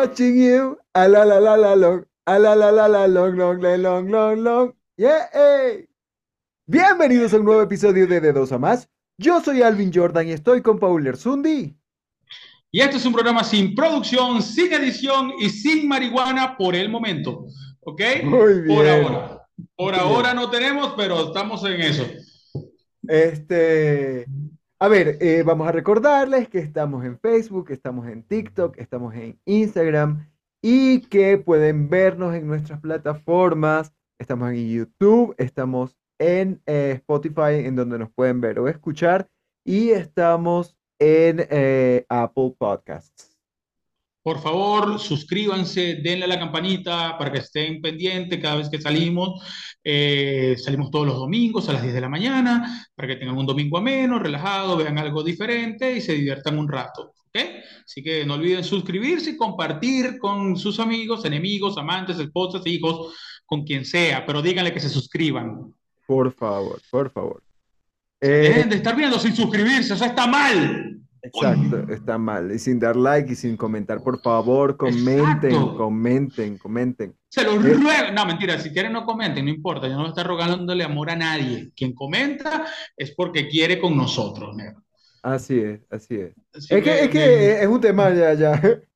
watching you. A la long. A la long, long, long, long, long, long. Yeah. Bienvenidos a un nuevo episodio de Dos a Más. Yo soy Alvin Jordan y estoy con Paul Erzundi. Y este es un programa sin producción, sin edición y sin marihuana por el momento. ¿Ok? Muy Por bien. ahora. Por Muy ahora bien. no tenemos, pero estamos en eso. Este, a ver, vamos a recordarles que estamos en Facebook, estamos en TikTok, estamos en Instagram y que pueden vernos en nuestras plataformas. Estamos en YouTube, estamos en Spotify, en donde nos pueden ver o escuchar, y estamos en Apple Podcasts. Por favor, suscríbanse, denle a la campanita para que estén pendientes cada vez que salimos. Salimos todos los domingos a las 10 de la mañana para que tengan un domingo ameno, relajado, vean algo diferente y se diviertan un rato. ¿Ok? Así que no olviden suscribirse y compartir con sus amigos, enemigos, amantes, esposas, hijos, con quien sea, pero díganle que se suscriban. O Por favor, por favor. sea, Eh, dejen de estar viendo sin suscribirse, eso está mal. exacto, Coño. está mal. Y sin dar like y sin comentar, por favor, Exacto. comenten, comenten, comenten. Se los Eh, ruego. No, mentira, si quieren no comenten, no importa. Yo no voy a estar rogándole amor a nadie. Quien comenta es porque quiere con nosotros, negro. Así es, así es. Así Es que es un tema ya.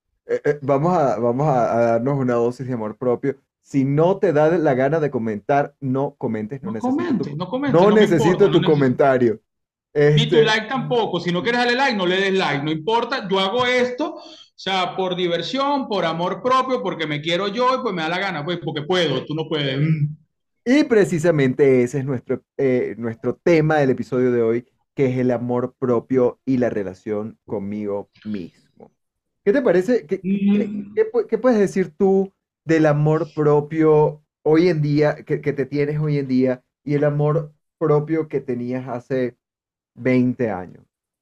Vamos a darnos una dosis de amor propio. Si no te da la gana de comentar, no comentes, no comenten, no no me importa. necesito No tu necesito. comentario. Ni tu Este, like tampoco. Si no quieres darle like, no le des like. No importa. Yo hago esto, o sea, por diversión, por amor propio, porque me quiero yo y pues me da la gana, pues porque puedo, tú no puedes. y precisamente ese es nuestro tema del episodio de hoy, que es el amor propio y la relación conmigo mismo. ¿Qué te parece? ¿Qué puedes decir tú del amor propio hoy en día, que te tienes hoy en día, y el amor propio que tenías hace 20 años?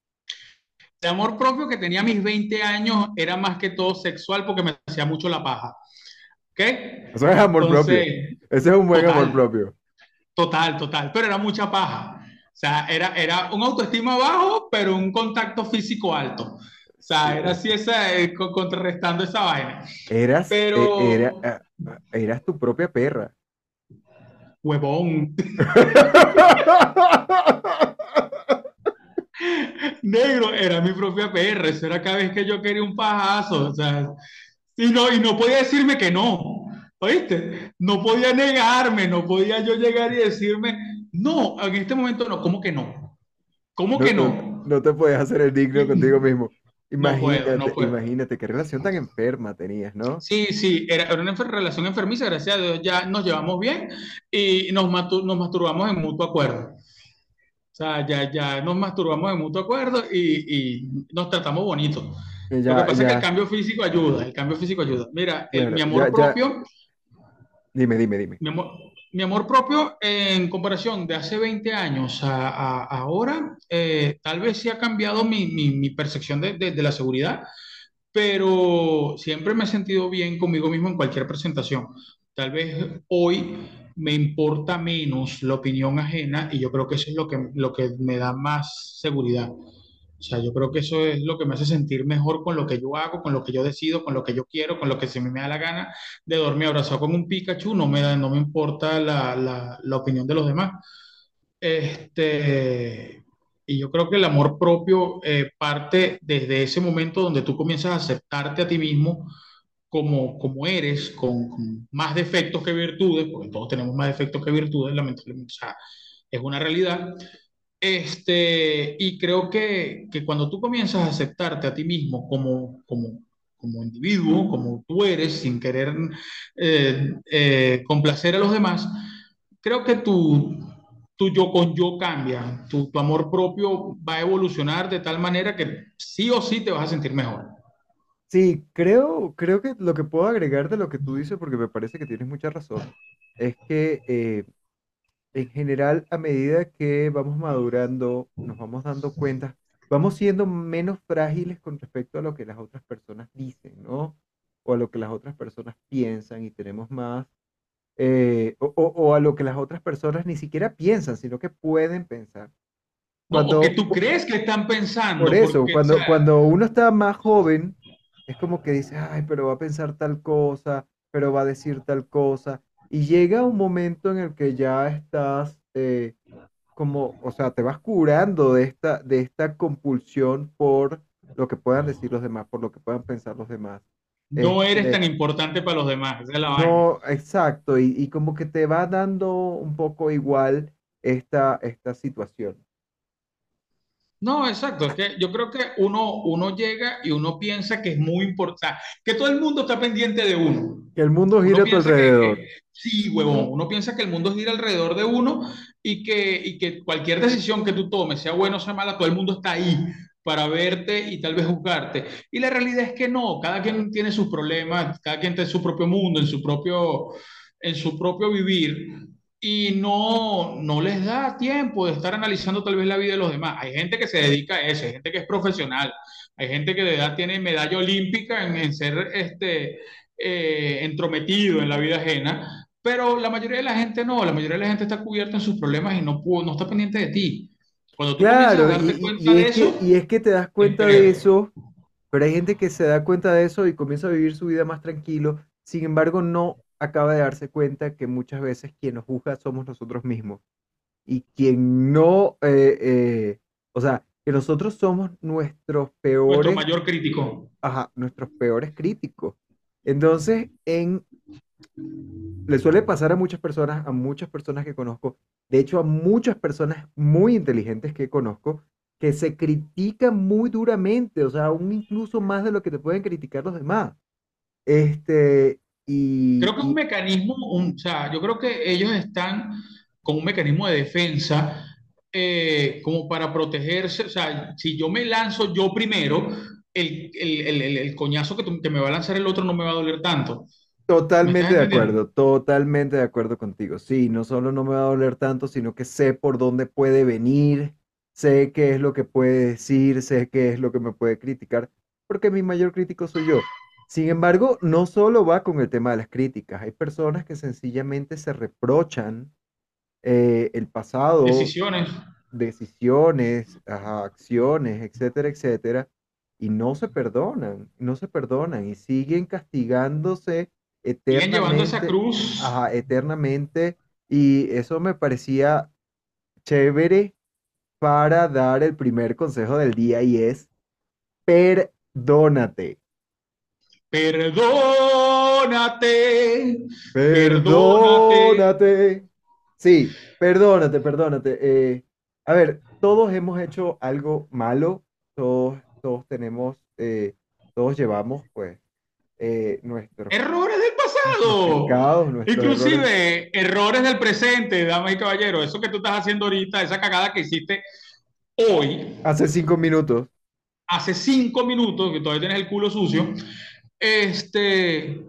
El amor propio que tenía a mis 20 años era más que todo sexual porque me hacía mucho la paja. ¿Ok? Eso es amor propio. Entonces, Ese es un buen amor total, propio. total, pero era mucha paja. O sea, era un autoestima bajo, pero un contacto físico alto. O sea, era Sí. así esa, contrarrestando esa vaina. Eras, Pero, eras tu propia perra. huevón, negro, era mi propia PR. Eso era cada vez que yo quería un pajazo. O sea, y no podía decirme que no. ¿Oíste? No podía negarme, no podía yo llegar y decirme, no, en este momento no, ¿cómo que no? ¿Cómo No, que no, no? no te puedes hacer el digno contigo mismo. No puedo, no puedo. Imagínate qué relación tan enferma tenías, ¿no? Sí, sí, era una relación enfermiza, gracias a Dios ya nos llevamos bien y nos masturbamos en mutuo acuerdo. O sea, ya nos masturbamos en mutuo acuerdo y nos tratamos bonito. Lo que Ya, pasa es que el ya, cambio físico ayuda, el cambio físico ayuda. Mira, claro, mi ya, amor ya. propio, Dime. mi amor, mi amor propio en comparación de hace 20 años a ahora, tal vez sí ha cambiado mi percepción de la seguridad, pero siempre me he sentido bien conmigo mismo en cualquier presentación. Tal vez hoy me importa menos la opinión ajena y yo creo que eso es lo que me da más seguridad. O sea, yo creo que eso es lo que me hace sentir mejor con lo que yo hago, con lo que yo decido, con lo que yo quiero, con lo que se me da la gana de dormir abrazado con un Pikachu. No me importa la opinión de los demás. Este, y yo creo que el amor propio parte desde ese momento donde tú comienzas a aceptarte a ti mismo como eres, con más defectos que virtudes, porque todos tenemos más defectos que virtudes, lamentablemente, o sea, es una realidad. Y creo que cuando tú comienzas a aceptarte a ti mismo como individuo, como tú eres, sin querer complacer a los demás, creo que tu yo con yo cambia, tu amor propio va a evolucionar de tal manera que sí o sí te vas a sentir mejor. Sí, creo que lo que puedo agregar de lo que tú dices, porque me parece que tienes mucha razón, es que en general, a medida que vamos madurando, nos vamos dando cuenta, vamos siendo menos frágiles con respecto a lo que las otras personas dicen, ¿no? O a lo que las otras personas piensan, y tenemos más, o a lo que las otras personas ni siquiera piensan, sino que pueden pensar. ¿No? O que Cuando, tú crees que están por pensando, eso, porque, o sea, cuando uno está más joven, es como que dices, ay, pero va a pensar tal cosa, pero va a decir tal cosa. Y llega un momento en el que ya estás como, o sea, te vas curando de esta compulsión por lo que puedan decir los demás, por lo que puedan pensar los demás. No eres tan Este, importante para los demás, esa es la vaina. no, exacto, y como que te va dando un poco igual esta situación. No, exacto. Es que yo creo que uno llega y uno piensa que es muy importante, que todo el mundo está pendiente de uno. Que el mundo Uno gira a tu piensa alrededor. sí, huevón, uno piensa que el mundo gira alrededor de uno y que cualquier decisión que tú tomes, sea buena o sea mala, todo el mundo está ahí para verte y tal vez juzgarte. Y la realidad es que no, cada quien tiene sus problemas, cada quien tiene su propio mundo, en su propio vivir. Y no les da tiempo de estar analizando tal vez la vida de los demás. Hay gente que se dedica a eso, hay gente que es profesional, hay gente que de edad tiene medalla olímpica en ser entrometido en la vida ajena, pero la mayoría de la gente no, la mayoría de la gente está cubierta en sus problemas y no está pendiente de ti. Cuando tú comienzas a Claro, darte cuenta de eso, y es que te das cuenta de espérate, eso, pero hay gente que se da cuenta de eso y comienza a vivir su vida más tranquilo, sin embargo no acaba de darse cuenta que muchas veces quien nos juzga somos nosotros mismos y quien no, o sea, que nosotros somos nuestros nuestro peores, mayor crítico. ajá, nuestros peores críticos. Entonces, le suele pasar a muchas personas que conozco, de hecho a muchas personas muy inteligentes que conozco, que se critican muy duramente, o sea, aún incluso más de lo que te pueden criticar los demás. Este, Creo que es un y mecanismo, o sea, yo creo que ellos están con un mecanismo de defensa como para protegerse. O sea, si yo me lanzo yo primero, el coñazo que me va a lanzar el otro no me va a doler tanto. ¿Me estás entendiendo? totalmente de acuerdo contigo. Sí, no solo no me va a doler tanto, sino que sé por dónde puede venir, sé qué es lo que puede decir, sé qué es lo que me puede criticar, porque mi mayor crítico soy yo. Sin embargo, no solo va con el tema de las críticas, hay personas que sencillamente se reprochan el pasado, Decisiones. decisiones, ajá, acciones, etcétera, etcétera, y no se perdonan, no se perdonan y siguen castigándose Siguen llevando esa eternamente, cruz. ajá, eternamente, y eso me parecía chévere para dar el primer consejo del día y es perdónate, Perdónate, perdónate. perdónate. Sí, perdónate, perdónate. A ver, todos hemos hecho algo malo, todos tenemos, todos llevamos pues Errores del nuestros pasado. pecados, nuestros errores. Inclusive errores del presente, damas y caballeros. Eso que tú estás haciendo ahorita, esa cagada que hiciste hoy, Hace 5 minutos. hace 5 minutos, que todavía tienes el culo sucio, este,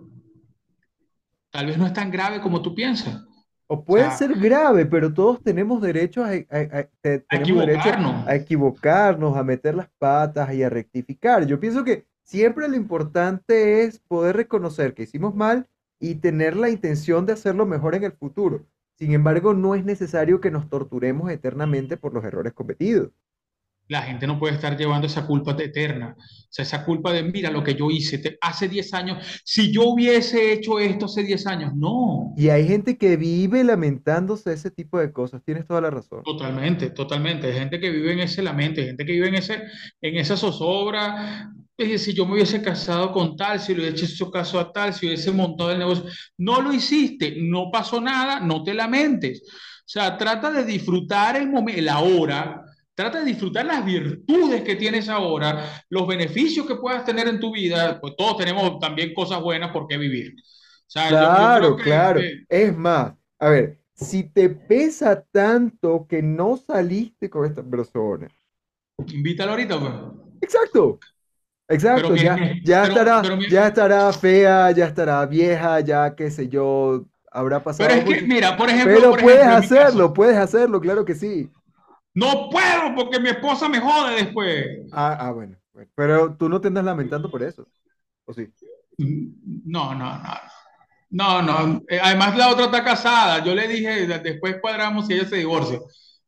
tal vez no es tan grave como tú piensas. O O puede sea, ser grave, pero todos tenemos derecho a tenemos derecho a equivocarnos. equivocarnos, a meter las patas y a rectificar. Yo pienso que siempre lo importante es poder reconocer que hicimos mal y tener la intención de hacerlo mejor en el futuro. Sin embargo, no es necesario que nos torturemos eternamente por los errores cometidos. La gente no puede estar llevando esa culpa eterna. O sea, esa culpa de, mira lo que yo hice hace 10 años. Si yo hubiese hecho esto hace 10 años, no. Y hay gente que vive lamentándose de ese tipo de cosas. Tienes toda la razón. Totalmente, totalmente. Hay gente que vive en ese lamento, hay gente que vive en esa zozobra. Es decir, si yo me hubiese casado con tal, si le hubiese hecho caso a tal, si hubiese montado el negocio. No lo hiciste, no pasó nada, no te lamentes. O sea, trata de disfrutar el momento, el ahora. Trata de disfrutar las virtudes que tienes ahora, los beneficios que puedas tener en tu vida. Pues todos tenemos también cosas buenas por qué vivir. O sea, yo creo Claro, claro. Es más, a ver, si te pesa tanto que no saliste con esta persona. invítalo ahorita, pues. Exacto, Pero, exacto. pero, Ya estará fea, ya estará vieja, ya qué sé yo, habrá pero pasado es que, mucho. mira, Pero en mi caso, puedes hacerlo, claro que sí. no puedo porque mi esposa me jode después. Bueno, bueno. Pero tú no te andas lamentando por eso, ¿o sí? No, no, no. No, no. Además, la otra está casada. Yo le dije, después cuadramos si ella se divorcia.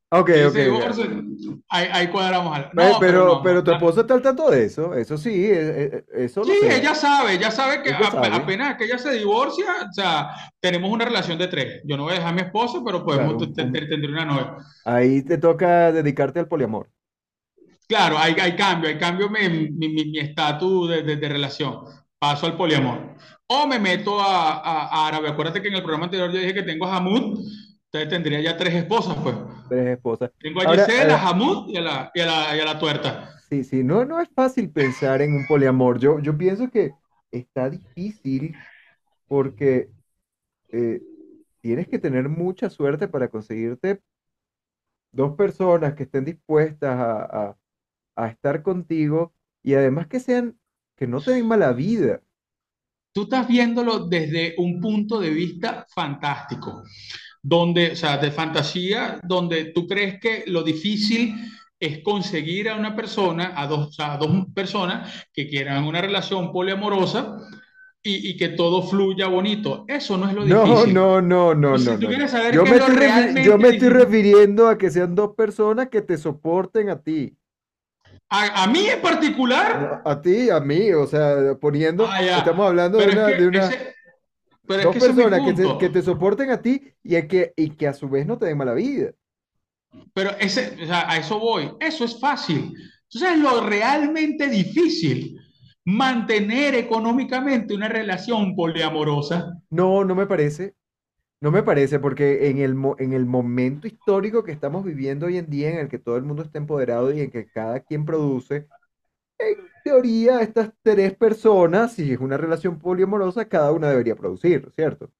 Ok, Ella ok, se ok. divorcia, ahí cuadramos algo. No, pero Pero no. tu esposo está al tanto de eso. Eso sí, eso Sí, lo sé. ella sabe que Ella sabe. apenas que ella se divorcia, o sea, tenemos una relación de tres. Yo no voy a dejar a mi esposa, pero podemos Claro, tener una novia. ahí te toca dedicarte al poliamor. Claro, hay cambio mi estatus de relación. Paso al poliamor. O me meto a árabe. Acuérdate que en el programa anterior yo dije que tengo a Hamud, entonces tendría ya tres esposas, pues. Tres esposas. Tengo a Ahora, Giselle, a Hamud y a la tuerta. sí, sí, no, no es fácil pensar en un poliamor. Yo pienso que está difícil porque eh, tienes que tener mucha suerte para conseguirte dos personas que estén dispuestas a estar contigo y además que no te den mala vida. Tú estás viéndolo desde un punto de vista fantástico, donde, o sea, de fantasía, donde tú crees que lo difícil es conseguir a una persona, a dos personas que quieran una relación poliamorosa y que todo fluya bonito. Eso no es lo No, difícil. no, no, no, Tú, no, si tú no, no. quieres saber qué es lo Yo realmente me estoy difícil, refiriendo a que sean dos personas que te soporten a ti. a mí en particular, No, a ti, a mí, o sea, estamos ya, hablando pero es de que una, pero es dos que ese es mi personas que te punto. soporten a ti y que a su vez no te den mala vida. Pero o sea, a eso voy. Eso es fácil. Entonces, lo realmente difícil, mantener económicamente una relación poliamorosa. No, no me parece. No me parece, porque en el momento histórico que estamos viviendo hoy en día, en el que todo el mundo está empoderado y en que cada quien produce, en teoría, estas tres personas, si es una relación poliamorosa, cada una debería producir, ¿cierto?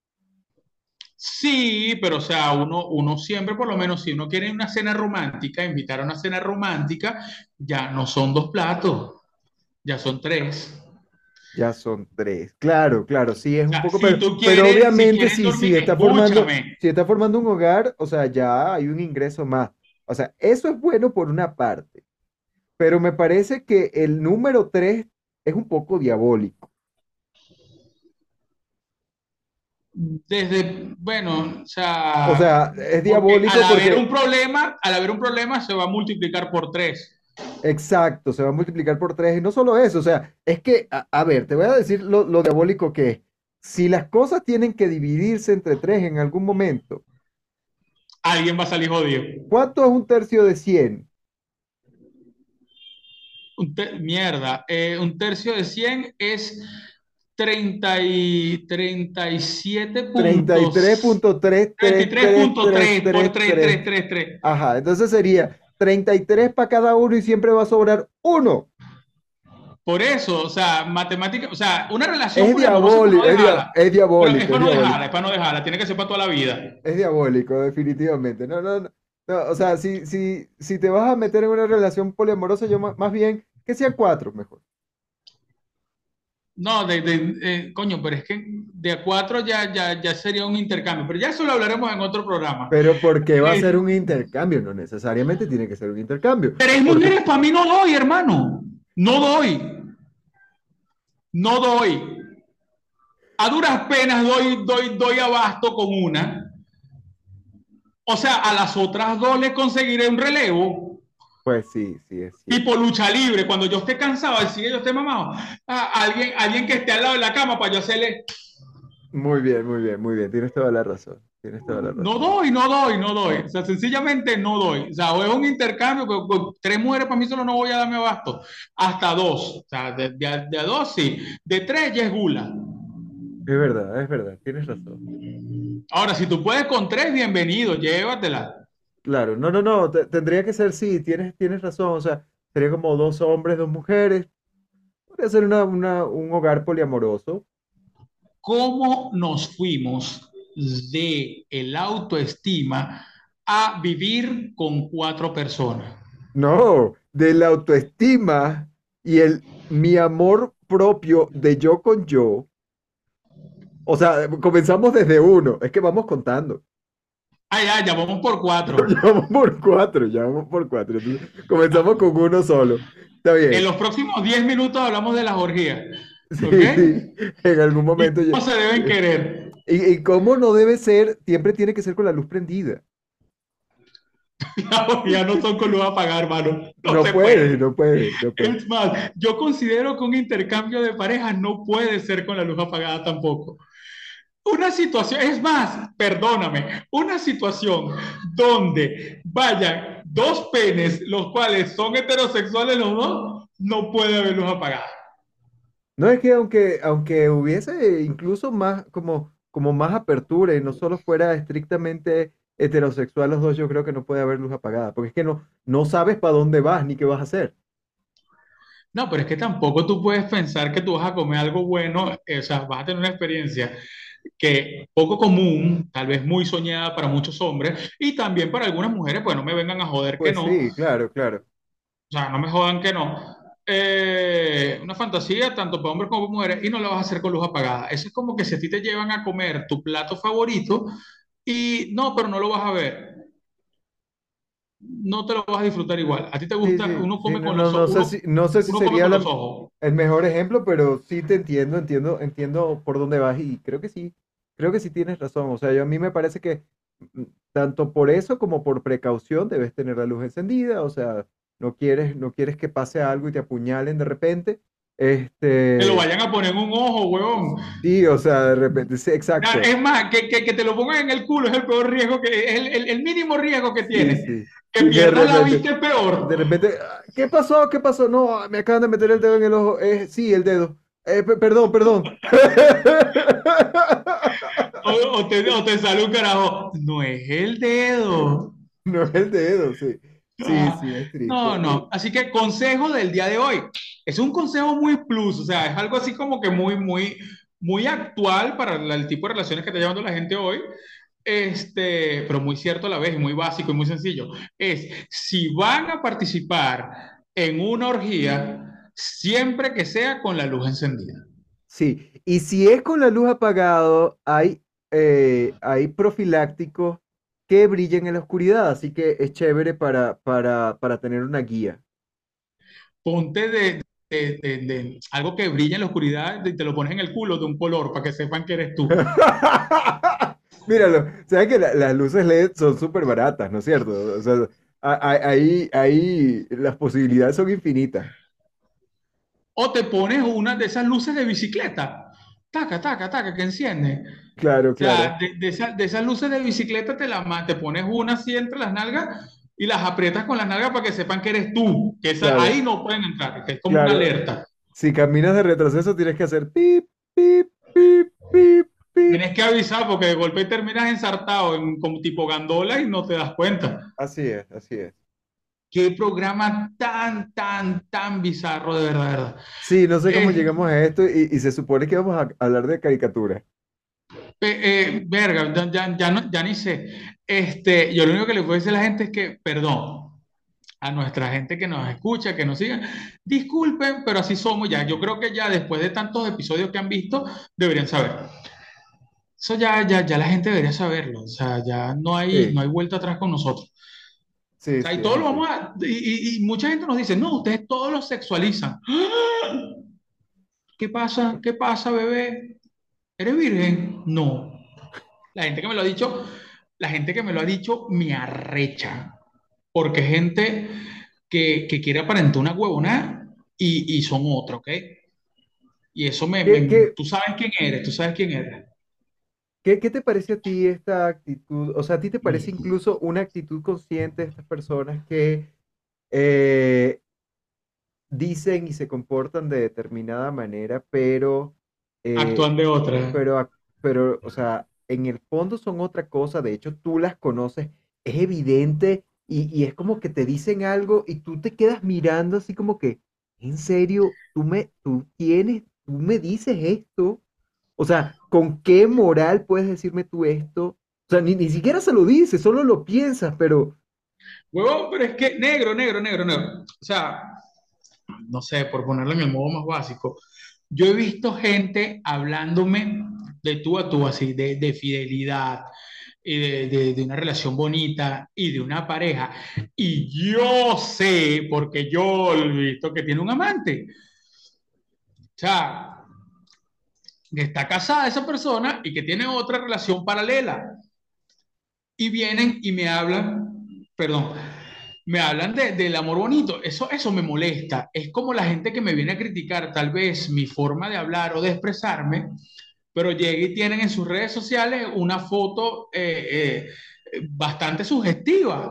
Sí, pero o sea, uno siempre, por lo menos, si uno quiere una cena romántica, invitar a una cena romántica, ya no son dos platos, ya son tres. Ya son tres. Claro, claro, sí es O un sea, poco, si si obviamente quieres sí, dormir, escúchame. si está formando un hogar, o sea, ya hay un ingreso más. O sea, eso es bueno por una parte, pero me parece que el número tres es un poco diabólico. Bueno, o O sea, sea, es porque al diabólico haber porque, un problema, al haber un problema se va a multiplicar por tres. exacto, se va a multiplicar por tres. Y no solo eso, o sea, es que, a ver, te voy a decir lo diabólico que es. Si las cosas tienen que dividirse entre tres en algún momento, Alguien va a salir jodido. ¿cuánto es un tercio de 100? Mierda, un tercio de 100 es 37 treinta y tres puntos, punto tres treinta y tres tres tres punto tres tres por tres tres tres. tres tres tres. Ajá, entonces sería 33 para cada uno y siempre va a sobrar uno. Por eso, o sea, matemática, o sea, una relación Es poliamorosa para no diabólico, dejarla, es pero es diabólico, es para no diabólico. dejarla, es para no dejarla, tiene que ser para toda la vida. Es diabólico, definitivamente. No, no, no. No, o sea, si te vas a meter en una relación poliamorosa, yo más bien que sean cuatro mejor. No, coño, pero es que de a cuatro ya sería un intercambio, pero ya eso lo hablaremos en otro programa. Pero ¿por qué va a ser Eh, un intercambio? No necesariamente tiene que ser un intercambio. Tres Porque, mujeres para mí no doy, hermano. No doy, no doy. A duras penas doy abasto con una. O sea, a las otras dos les conseguiré un relevo, pues sí, sí, es cierto. tipo lucha libre. Cuando yo esté cansado, decir que yo esté mamado, alguien que esté al lado de la cama para yo hacerle. Muy bien, muy bien, muy bien. Tienes toda la razón. Tienes toda la No razón. doy, no doy, no doy. O sea, sencillamente no doy. O sea, o es un intercambio, pero con tres mujeres para mí solo no voy a darme abasto. Hasta dos. O sea, de a dos sí. De tres ya es gula. Es verdad, tienes razón. Ahora, si tú puedes con tres, bienvenido, llévatela. Claro, no, no, no, tendría que ser, sí, tienes razón. O sea, sería como dos hombres, dos mujeres. Podría ser un hogar poliamoroso. ¿Cómo nos fuimos de el autoestima a vivir con cuatro personas? No, de la autoestima y mi amor propio de yo con yo. O sea, comenzamos desde uno. Es que vamos contando. Ah, ya vamos por cuatro. Ya vamos por cuatro, ya vamos por cuatro. Entonces, comenzamos con uno solo. Está En bien. los próximos 10 minutos hablamos de las orgías. ¿Ok? Sí, sí. En algún Y momento. cómo se deben querer. Y cómo no debe ser, siempre tiene que ser con la luz prendida. Ya no son con luz apagada, hermano. No No se puede, puede. no puede, no puede. Es más, yo considero que un intercambio de parejas no puede ser con la luz apagada tampoco. Una situación, es más, perdóname, una situación donde vayan dos penes, los cuales son heterosexuales los dos, no puede haber luz apagada. No es que aunque hubiese incluso más, como más apertura y no solo fuera estrictamente heterosexual los dos, yo creo que no puede haber luz apagada, porque es que no sabes para dónde vas ni qué vas a hacer. No, pero es que tampoco tú puedes pensar que tú vas a comer algo bueno, o sea, vas a tener una experiencia que poco común, tal vez muy soñada para muchos hombres y también para algunas mujeres, pues no me vengan a joder que Pues no, o sí, claro, claro. sea, no me jodan que no. Una fantasía tanto para hombres como para mujeres y no la vas a hacer con luz apagada. Eso es como que si a ti te llevan a comer tu plato favorito y no, pero no lo vas a ver, no te lo vas a disfrutar igual. A ti te Sí, gusta, sí, uno sí, come con los ojos, no sé si uno come sería con los ojos. el mejor ejemplo, pero sí te entiendo por dónde vas y creo que sí tienes razón. O sea, a mí me parece que mm, tanto por eso como por precaución debes tener la luz encendida. O sea, no quieres que pase algo y te apuñalen de repente. Que lo Este, vayan a poner en un ojo, huevón. sí, o sea, de repente, sí, exacto. Es más, que te lo pongan en el culo es el peor riesgo es el mínimo riesgo que Sí, tiene. sí. Que pierdas la vista es peor. De repente, "Ah, ¿qué pasó? ¿Qué pasó? No, me acaban de meter el dedo en el ojo. Sí, el dedo. Perdón, perdón. O te sale un carajo. No es el dedo. No es el dedo, sí. Sí, Ah, sí, es no, triste. no. Así que consejo del día de hoy. Es un consejo muy plus, o sea, es algo así como que muy actual para el tipo de relaciones que está llevando la gente hoy. Pero muy cierto a la vez y muy básico y muy sencillo. Es si van a participar en una orgía, siempre que sea con la luz encendida. Sí, y si es con la luz apagado, hay profilácticos que brillan en la oscuridad, así que es chévere para tener una guía. Ponte de algo que brilla en la oscuridad y te lo pones en el culo de un color para que sepan que eres tú. Míralo, sabes que las luces LED son súper baratas, ¿no es cierto? O sea, ahí las posibilidades son infinitas. O te pones una de esas luces de bicicleta, taca, taca, taca, que enciende. Claro, O sea, claro, de esas luces de bicicleta te pones una así entre las nalgas y las aprietas con las nalgas para que sepan que eres tú, que claro, ahí no pueden entrar, que es como una claro. alerta. Si caminas de retroceso, tienes que hacer pip, pip, pip, pip, pip. Tienes que avisar porque de golpe terminas ensartado como tipo gandola y no te das cuenta. Así es, así es. Qué programa tan, tan, tan bizarro, de verdad, de verdad. Sí, no sé cómo Eh, llegamos a esto y se supone que vamos a hablar de caricatura. verga, ya ni sé. Yo lo único que le puedo decir a la gente es que, perdón, a nuestra gente que nos escucha, que nos siga, disculpen, pero así somos ya. Yo creo que ya después de tantos episodios que han visto, deberían saber. Eso ya la gente debería saberlo. O sea, ya no Sí, hay vuelta atrás con nosotros. O sí, sea, y sí, es todo lo así. vamos a. Y mucha gente nos dice, no, ustedes todos lo sexualizan. ¡Ah! ¿Qué pasa? ¿Qué pasa, bebé? ¿Eres virgen? No. La gente que me lo ha dicho, la gente que me lo ha dicho me arrecha. Porque es gente que quiere aparentar una huevona y son otros, ¿ok? Y eso ¿Qué, qué, tú sabes quién eres, tú sabes quién eres. qué te parece a ti esta actitud? O sea, ¿a ti te parece incluso una actitud consciente de estas personas que eh, dicen y se comportan de determinada manera, eh, Actúan de otra. pero, o sea, en el fondo son otra cosa, de hecho tú las conoces, es evidente y es como que te dicen algo y tú te quedas mirando así como que, en serio, tú me dices esto, o sea, ¿con qué moral puedes decirme tú esto? O sea, ni siquiera se lo dices, solo lo piensas, pero Huevón, pero es que negro, negro, negro, negro. O sea, no sé, por ponerlo en el modo más básico, yo he visto gente hablándome de tú a tú, así, de fidelidad y de una relación bonita y de una pareja. Y yo sé, porque yo he visto que tiene un amante. O sea, que está casada esa persona y que tiene otra relación paralela. Y vienen y me hablan. perdón, me hablan del amor bonito, eso me molesta. Es como la gente que me viene a criticar tal vez mi forma de hablar o de expresarme, pero llega y tienen en sus redes sociales una foto bastante sugestiva.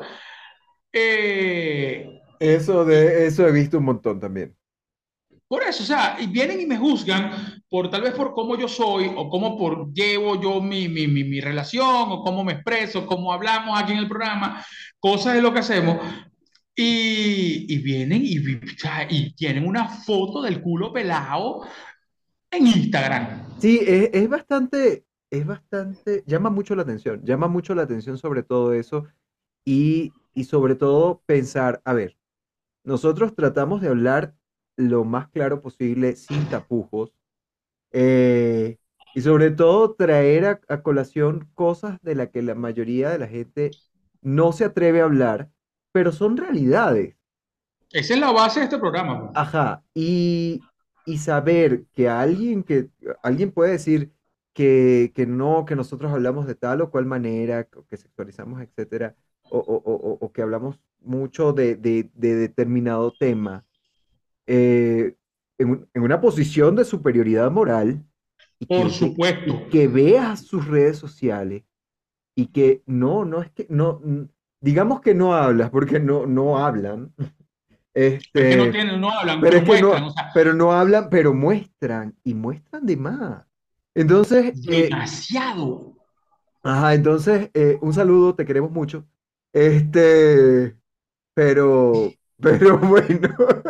Eh, y Eso he visto un montón también. por eso, o sea, y vienen y me juzgan por tal vez por cómo yo soy o cómo por llevo yo mi relación o cómo me expreso, cómo hablamos aquí en el programa, cosas de lo que hacemos. Y vienen o sea, y tienen una foto del culo pelado en Instagram. Sí, es bastante, llama mucho la atención sobre todo eso y sobre todo pensar, a ver, nosotros tratamos de hablar lo más claro posible, sin tapujos, eh, y sobre todo traer a colación cosas de las que la mayoría de la gente no se atreve a hablar, pero son realidades. Esa es la base de este programa, pues. Ajá, y saber que alguien puede decir que no, que nosotros hablamos de tal o cual manera, que sexualizamos, etcétera, o que hablamos mucho de determinado tema, eh, en una posición de superioridad moral Por y supuesto. que veas sus redes sociales y que no es que no, digamos que no hablas porque no hablan, Es que no este, tienen, no hablan, pero pero es que muestran, no, o sea, pero no hablan, pero muestran y muestran de más. Entonces, demasiado. ajá, entonces, un saludo, te queremos mucho. Este, pero bueno.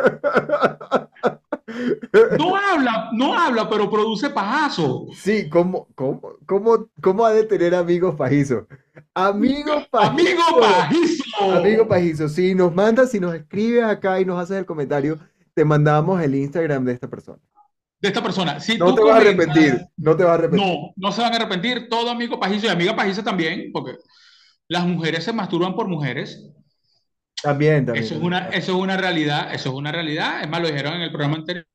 No habla, pero produce pajazo. Sí, ¿cómo ha de tener amigos pajizos? Amigo Amigo pajizo, amigo pajizo pajizo, si nos mandas, si nos escribes acá y nos haces el comentario, te mandamos el Instagram de esta persona. de esta persona. Si No tú te vas a comentas, arrepentir, no te vas a arrepentir. no se van a arrepentir. Todo amigo pajizo y amiga pajiza también, porque las mujeres se masturban por mujeres. También, también, también. Eso es una realidad, eso es una realidad. Es más, lo dijeron en el programa anterior.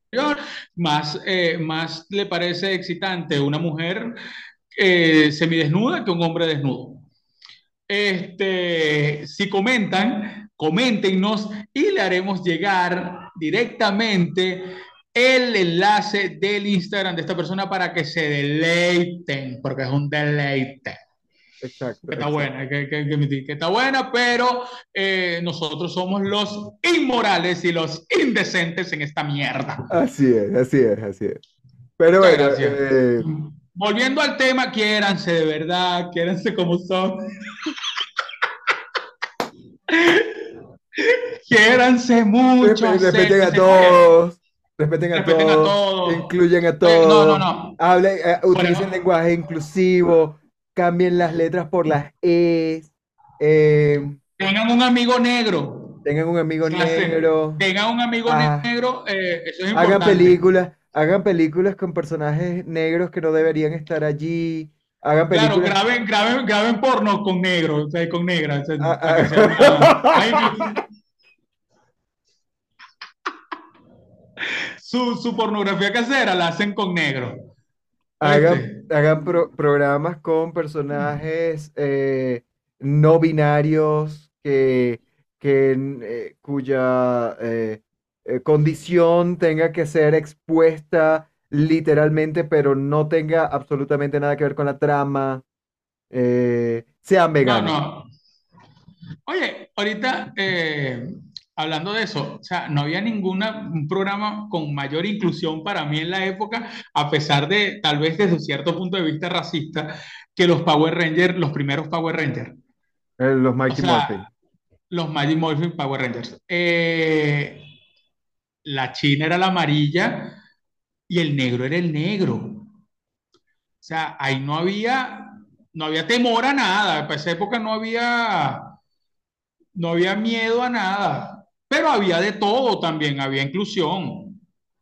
Más le parece excitante una mujer semidesnuda que un hombre desnudo. Si comentan, coméntenos y le haremos llegar directamente el enlace del Instagram de esta persona para que se deleiten, porque es un deleite. Exacto, Que está exacto. buena, que admitir que está buena, pero nosotros somos los inmorales y los indecentes en esta mierda. Así es, así es, así es. Pero Muchas bueno, gracias. Volviendo al tema, quiéranse de verdad, quiéranse como son, quiéranse mucho, respeten a acéptense, está bien, todos, respeten a respeten a todos, todos. incluyan a No, todos, no. hablen, utilicen Bueno, lenguaje inclusivo, cambien las letras por las Es, eh, tengan un amigo negro. tengan un amigo Se hace. negro, Tengan un amigo ah, negro, eso es importante. hagan películas con personajes negros que no deberían estar allí, hagan Claro, películas. graben porno con negro, o sea, con negras, o sea, ah, para que sea más ah, su pornografía casera la hacen con negro. ¿Oíste? hagan programas con personajes no binarios cuya condición tenga que ser expuesta literalmente, pero no tenga absolutamente nada que ver con la trama. Sean No, veganos. no. Oye, ahorita hablando de eso, o sea, no había un programa con mayor inclusión para mí en la época, a pesar de, tal vez desde cierto punto de vista racista, que los Power Rangers, los primeros Power Rangers. Los O Mighty sea, Morphin. los Mighty Morphin Power Rangers. La china era la amarilla y el negro era el negro. O sea, ahí no había temor a nada. Para esa época no había miedo a nada. Pero había de todo también, había inclusión.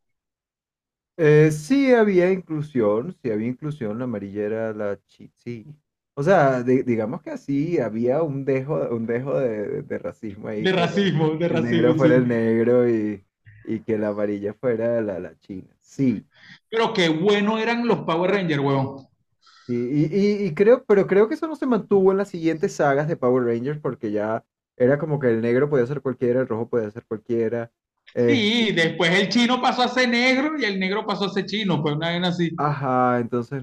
Sí había inclusión, la amarilla era sí. O sea, digamos que así, había un dejo de racismo ahí, De que el negro racismo, fuera sí. el negro y que la amarilla fuera la china. Sí, Pero qué bueno eran los Power Rangers, weón. sí, pero creo que eso no se mantuvo en las siguientes sagas de Power Rangers porque ya Era como que el negro podía ser cualquiera, el rojo podía ser cualquiera. Sí, después el chino pasó a ser negro y el negro pasó a ser chino, pues una vez así. Ajá, entonces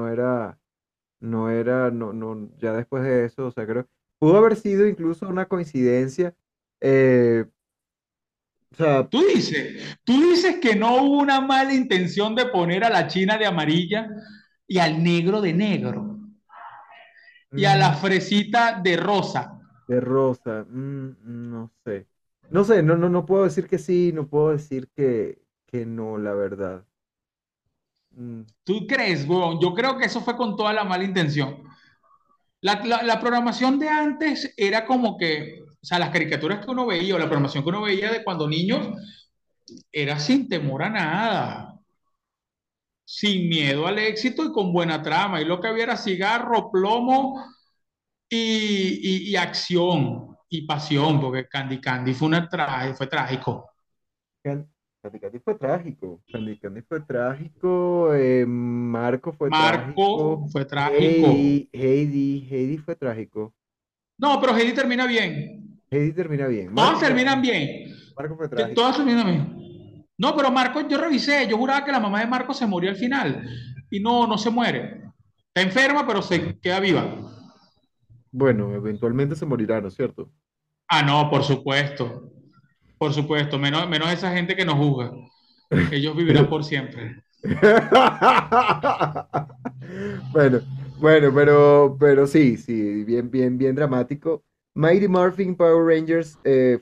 ya después de eso, o sea, creo, pudo haber sido incluso una coincidencia. eh, o sea, Tú dices que no hubo una mala intención de poner a la china de amarilla y al negro de negro y a la mm, fresita de rosa. de rosa, no sé. No sé, no puedo decir que sí, no puedo decir que no, la verdad. Mm, ¿Tú crees, weón? Yo creo que eso fue con toda la mala intención. La programación de antes era como que, o sea, las caricaturas que uno veía o la programación que uno veía de cuando niños era sin temor a nada, sin miedo al éxito y con buena trama. Y lo que había era cigarro, plomo y acción y pasión, porque Candy Candy fue trágico. Can- Candy Candy fue trágico, Candy Candy fue trágico, Marco fue trágico, Marco fue trágico. Heidi fue trágico. No, pero Heidi termina bien. Heidi termina bien, Todas terminan bien. Marco fue Que trágico. todas terminan bien. No, pero Marco, yo revisé, yo juraba que la mamá de Marco se murió al final. Y no, no se muere. Está enferma, pero se queda viva. Bueno, eventualmente se morirá, ¿no es cierto? Ah, no, por supuesto. Por supuesto. Menos esa gente que nos juzga. Ellos vivirán por siempre. Bueno, pero sí, sí, bien dramático. Mighty Morphin Power Rangers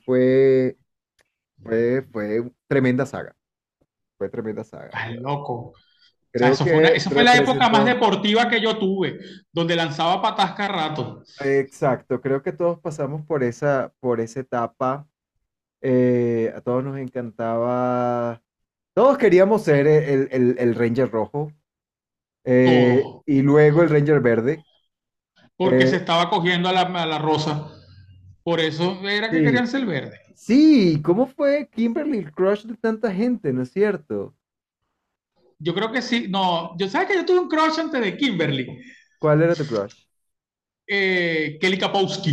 fue tremenda saga. Fue tremenda saga. Estás loco. O sea, Creo que esa fue la época más representó, deportiva que yo tuve, donde lanzaba patas cada rato. exacto, creo que todos pasamos por esa etapa. A todos nos encantaba, todos queríamos ser el Ranger rojo Todo. y luego el Ranger verde. Porque se Eh, estaba cogiendo a la rosa. Por eso era que sí, querían ser verde. sí, ¿cómo fue Kimberly el crush de tanta gente, no es cierto? Yo creo que sí. No, yo sabes que yo tuve un crush antes de Kimberly. ¿Cuál era tu crush? Kelly Kapowski.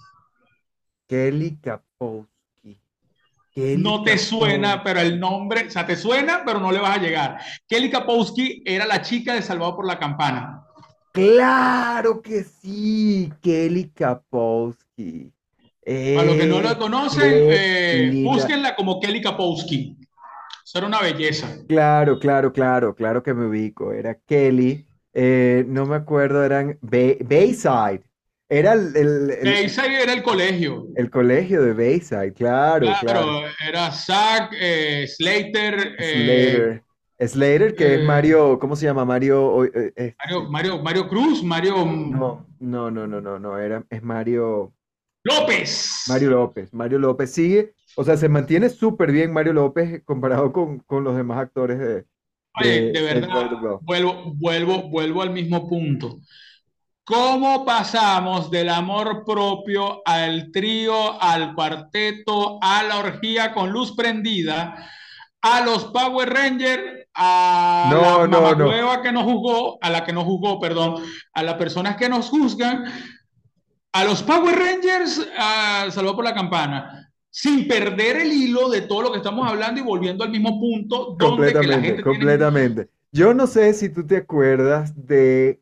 Kelly Kapowski. Kelly No te suena, pero Kapowski. el nombre, o sea, te suena, pero no le vas a llegar. Kelly Kapowski era la chica de Salvado por la Campana. Claro que sí, Kelly Kapowski. Para los que no lo conocen, Qué linda. búsquenla como Kelly Kapowski. Eso era una belleza. Claro que me ubico. Era Kelly, no me acuerdo, eran Bayside. Era Ese era el colegio. el colegio de Bayside, claro. Claro, era Zack, Slater, Slater. Slater, que es eh, Mario, ¿cómo se llama? Mario, Mario Cruz, Mario no, es Mario, López. Mario López. Mario López sigue, o sea, se mantiene súper bien Mario López comparado con los demás actores Oye, de de Saved by verdad, the Bell. vuelvo al mismo punto. ¿Cómo pasamos del amor propio al trío, al cuarteto, a la orgía con luz prendida, a los Power Rangers, a la No. mamacueva que nos jugó, a la que nos jugó, perdón, a las personas que nos juzgan, a los Power Rangers, a Salvado por la Campana, sin perder el hilo de todo lo que estamos hablando y volviendo al mismo punto donde que la gente tiene... Completamente. Yo no sé si tú te acuerdas de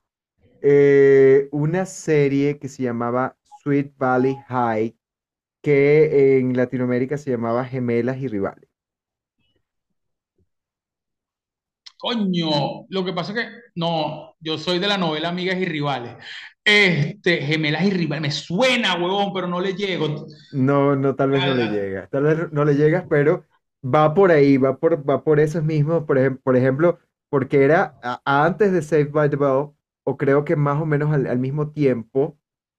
una serie que se llamaba Sweet Valley High, que en Latinoamérica se llamaba Gemelas y Rivales. Coño, lo que pasa es que no, yo soy de la novela Amigas y Rivales. Gemelas y Rivales, me suena, huevón, pero no le llego. No, tal vez no le Al- llegas, tal vez no le llegas, pero va por ahí, va por esos mismos, por ejemplo, porque era antes de Saved by the Bell, o creo que más o menos al mismo tiempo,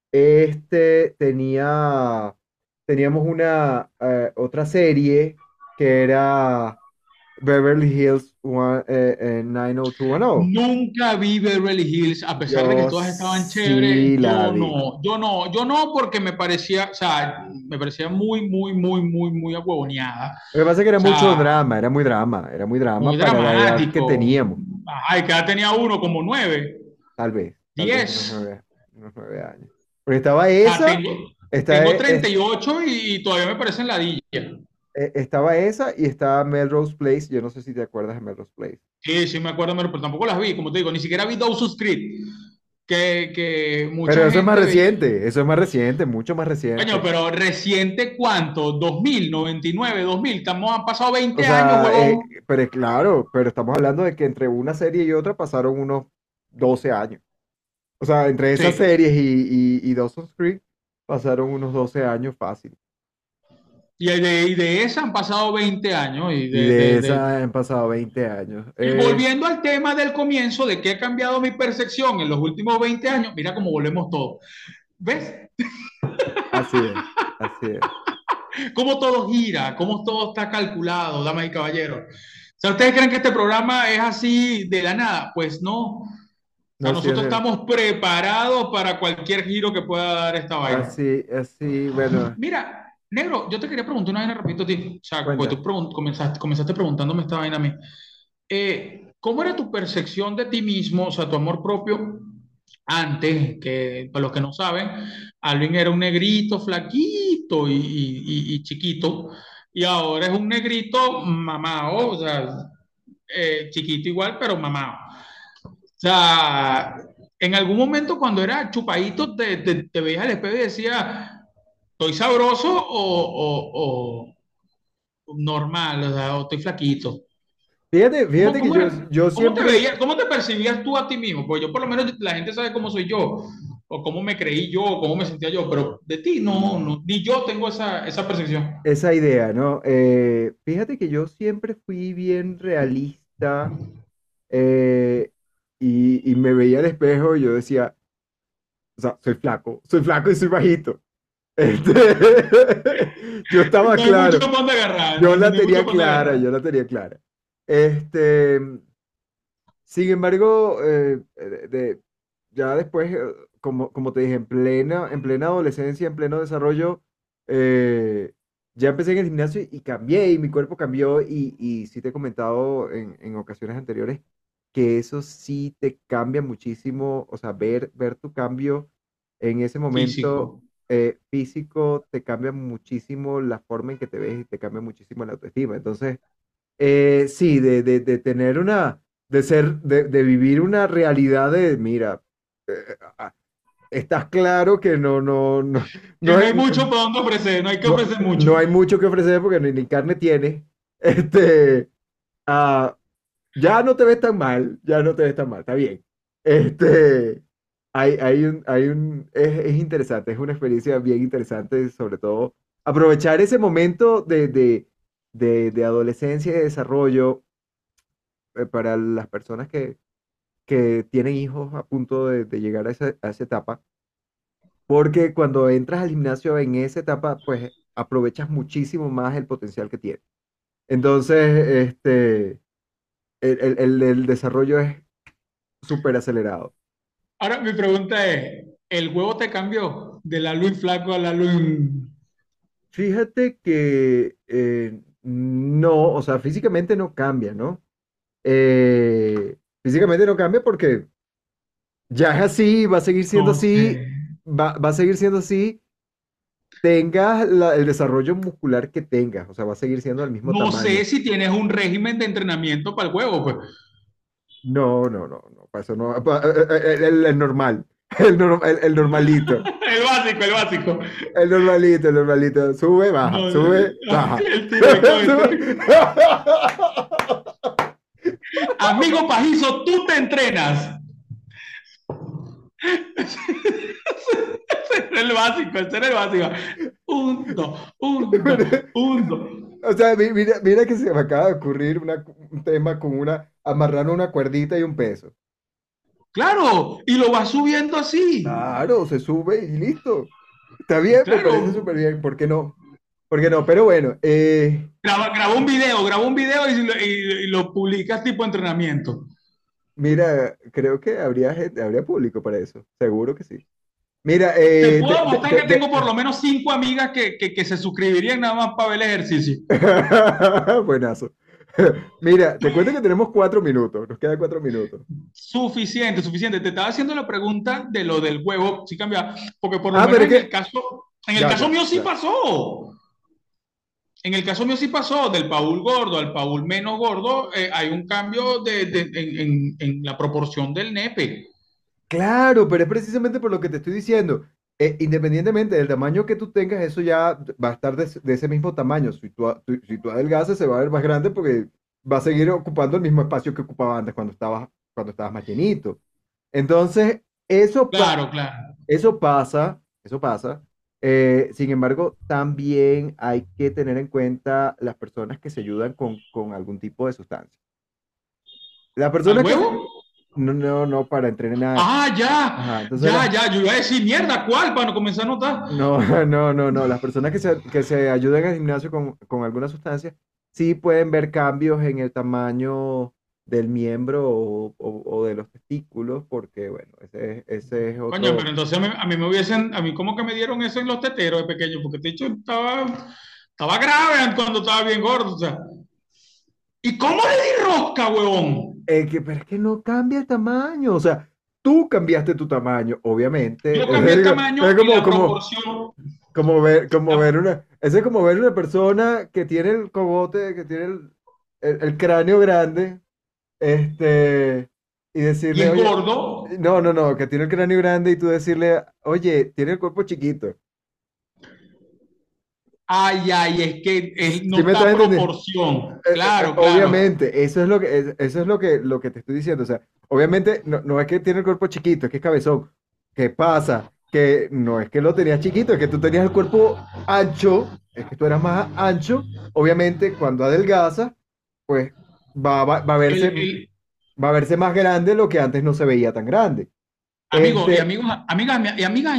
teníamos una otra serie que era Beverly Hills 90210. Nunca vi Beverly Hills, a pesar de que Yo todas estaban chéveres, sí la yo vi. no, yo no, porque me parecía, o sea, me parecía muy ahuevoneada. Lo que pasa es que O sea, era muy drama muy para la edad que dramático. teníamos. Ay, que ya tenía uno como 9, Tal vez 10. unos 9 años. Porque estaba O sea, esa, Está, Tengo 38 y todavía me parecen ladilla. estaba esa y estaba Melrose Place. Yo no sé si te acuerdas de Melrose Place. Sí, sí me acuerdo, pero tampoco las vi, como te digo, ni siquiera vi Dawson's Creek, que Pero mucha eso es más gente veía. reciente, eso es más reciente, mucho más Coño, reciente. pero reciente cuánto, 2000, 99, 2000, han pasado O 20 años, sea, huevón. pero es claro, pero estamos hablando de que entre una serie y otra pasaron unos 12 años. O sea, entre esas Sí, series y Dawson's Creek pasaron unos 12 años fácil. y de esa han pasado 20 años. Y de esas han pasado 20 años. Y volviendo al tema del comienzo, de que ha cambiado mi percepción en los últimos 20 años, mira cómo volvemos todos. ¿Ves? Así es, así es. Cómo todo gira, cómo todo está calculado, damas y caballeros. O sea, ¿ustedes creen que este programa es así de la nada? Pues no. O sea, No, sí, nosotros estamos preparados para cualquier giro que pueda dar esta vaina. así, así, bueno, Mira, negro, yo te quería preguntar una vaina, repito a ti. O sea, pues cuenta. tú comenzaste preguntándome esta vaina a mí. ¿Cómo era tu percepción de ti mismo, o sea, tu amor propio, antes, que para los que no saben, Alvin era un negrito flaquito y chiquito, y ahora es un negrito mamado, o sea, chiquito igual, pero mamado. O sea, en algún momento cuando era chupadito, te veías al espejo y decías, ¿estoy sabroso o normal, o sea, o estoy flaquito? Fíjate que ¿Cómo era? yo ¿Cómo te siempre, veías? ¿Cómo te percibías tú a ti mismo? Pues yo por lo menos la gente sabe cómo soy yo, o cómo me creí yo, o cómo me sentía yo, pero de ti no, no, ni yo tengo esa percepción. esa idea, ¿no? Fíjate que yo siempre fui bien realista eh, y me veía al espejo y yo decía, o sea, soy flaco y soy bajito. Este, yo estaba No hay mucho claro, para dónde agarrar, yo no, la no hay mucho tenía para dónde clara, agarrar. yo la tenía clara. Este, sin embargo, ya después, como te dije, en plena adolescencia, en pleno desarrollo, eh, ya empecé en el gimnasio y cambié y mi cuerpo cambió y sí te he comentado en ocasiones anteriores que eso sí te cambia muchísimo, o sea, ver tu cambio en ese momento Físico. físico te cambia muchísimo la forma en que te ves y te cambia muchísimo la autoestima. Entonces, sí, de tener de vivir una realidad de, mira, eh, ah, estás claro que Que no, no es- hay mucho para dónde ofrecer, no hay que ofrecer mucho. no hay mucho que ofrecer porque ni carne tiene. Este, ah, ya no te ves tan mal, ya no te ves tan mal, está bien. Este, es interesante, es una experiencia bien interesante, sobre todo aprovechar ese momento de adolescencia y de desarrollo para las personas que tienen hijos a punto de llegar a esa etapa, porque cuando entras al gimnasio en esa etapa, pues aprovechas muchísimo más el potencial que tienes. Entonces, el desarrollo es súper acelerado. Ahora mi pregunta es, ¿el huevo te cambió del Alvin flaco al Alvin? Fíjate que no, o sea, físicamente no cambia, ¿no? Físicamente no cambia porque ya es así, va a seguir siendo No sé. así, va a seguir siendo así, tengas el desarrollo muscular que tengas, o sea, va a seguir siendo del mismo No sé tamaño. si tienes un régimen de entrenamiento para el huevo, pues. No, para eso no, el normal, el normalito, El básico, el básico. el normalito, No, sube, baja. el típico, el típico. Sube. Amigo Pajizo, tú te entrenas. Ese era el básico, ese era el básico. Un, dos, un, dos, un, dos. O sea, mira que se me acaba de ocurrir un tema con amarrando una cuerdita y un peso. Claro, y lo vas subiendo así. Claro, se sube y listo. Está bien, me parece Claro. súper bien. ¿Por qué no? ¿Por qué no? Pero bueno, Graba un video y lo publicas tipo entrenamiento. mira, creo que habría gente, habría público para eso. Seguro que sí. Mira, Te puedo demostrar que tengo por lo menos 5 amigas que se suscribirían nada más para ver el ejercicio. buenazo. Mira, te cuento que tenemos 4 minutos. Nos quedan 4 minutos. Suficiente, suficiente. Te estaba haciendo la pregunta de lo del huevo, sí cambia, porque por lo Ah, pero menos es en el que caso. En el Ya, caso ya, mío sí ya. pasó. En el caso mío sí pasó, del Paul gordo al Paul menos gordo, hay un cambio en la proporción del nepe. Claro, pero es precisamente por lo que te estoy diciendo. Independientemente del tamaño que tú tengas, eso ya va a estar de ese mismo tamaño. Si tú adelgazas, se va a ver más grande porque va a seguir ocupando el mismo espacio que ocupaba antes cuando estabas más llenito. Entonces, Claro, claro. eso pasa, eso pasa. Sin embargo, también hay que tener en cuenta las personas que se ayudan con algún tipo de sustancia. Las ¿Al personas que se... huevo? No, para entrenar. Ah, Ajá, ya, entonces ya, ya. Yo iba a decir, mierda, ¿cuál? Para no comenzar a notar. no, no. Las personas que se ayudan al gimnasio con alguna sustancia sí pueden ver cambios en el tamaño del miembro o de los testículos, porque bueno, ese es Coño, otro. pero entonces a mí me hubiesen, a mí como que me dieron eso en los teteros de pequeño, porque te he dicho, estaba grave cuando estaba bien gordo, o sea. ¿Y cómo le di rosca, huevón? Pero es que no cambia el tamaño, o sea, tú cambiaste tu tamaño, obviamente. Yo cambié el tamaño Es y como, la como, proporción. como ver ese es como ver una persona que tiene el cogote, que tiene el cráneo grande. Y Y decirle, es oye, gordo. no, que tiene el cráneo grande y tú decirle, oye, tiene el cuerpo chiquito. Ay, ay, es que no ¿Sí me está estás a entendiendo? proporción. Claro, claro. Obviamente, eso es lo que te estoy diciendo. O sea, obviamente no es que tiene el cuerpo chiquito, es que es cabezón. ¿Qué pasa? Que no es que lo tenías chiquito, es que tú tenías el cuerpo ancho, es que tú eras más ancho. Obviamente, cuando adelgazas, pues El, el, va a verse más grande lo que antes no se veía tan grande. amigos y Este, amigos, amigas y amigas,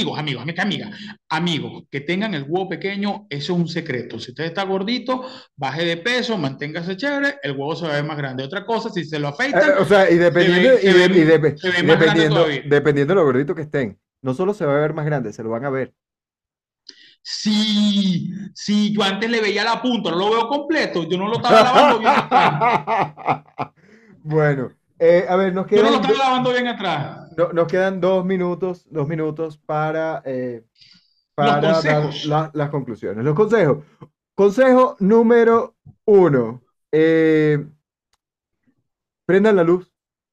amigos que tengan el huevo pequeño, eso es un secreto. Si usted está gordito, baje de peso, manténgase chévere, el huevo se va a ver más grande. Otra cosa, si se lo afeitan, O sea, se ve y más grande todavía. dependiendo de lo gordito que estén, no solo se va a ver más grande, se lo van a ver. Sí, sí, yo antes le veía la punta, no lo veo completo, yo no lo estaba lavando bien atrás. Bueno, a ver, Yo no lo estaba lavando bien atrás. nos quedan dos minutos Los para dar consejos. las conclusiones. Los consejos. Consejo número uno. eh, Prendan la luz.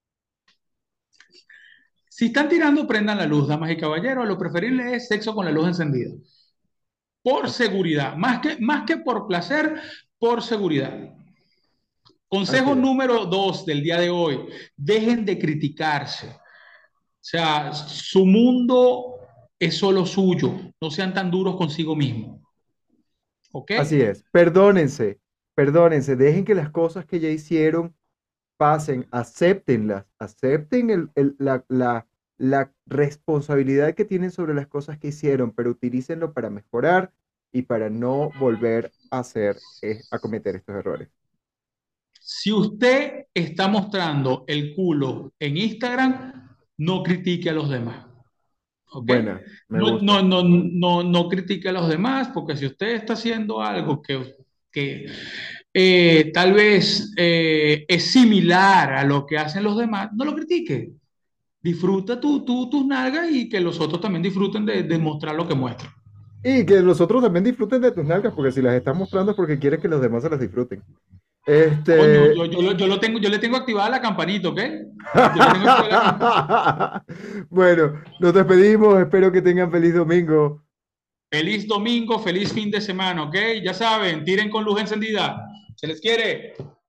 Si están tirando, prendan la luz, damas y caballeros. Lo preferible es sexo con la luz encendida. Por seguridad, más que por placer, por seguridad. Así Consejo es. número 2 del día de hoy, dejen de criticarse. O sea, su mundo es solo suyo, no sean tan duros consigo mismos. ¿Ok? Así es. Perdónense, dejen que las cosas que ya hicieron pasen, acéptenlas, acepten la responsabilidad que tienen sobre las cosas que hicieron, pero utilícenlo para mejorar y para no volver a a cometer estos errores. Si usted está mostrando el culo en Instagram, no critique a los demás. ¿Ok? Buena, me No, gusta. no critique a los demás, porque si usted está haciendo algo que tal vez es similar a lo que hacen los demás, no lo critique. Disfruta tus nalgas y que los otros también disfruten de mostrar lo que muestran. Y que los otros también disfruten de tus nalgas, porque si las estás mostrando es porque quieres que los demás se las disfruten. Coño, Este... yo le tengo activada la campanita, ¿ok? Yo le tengo activada la campanita. Bueno, nos despedimos, espero que tengan feliz domingo. Feliz domingo, feliz fin de semana, ¿ok? Ya saben, tiren con luz encendida. Se les quiere.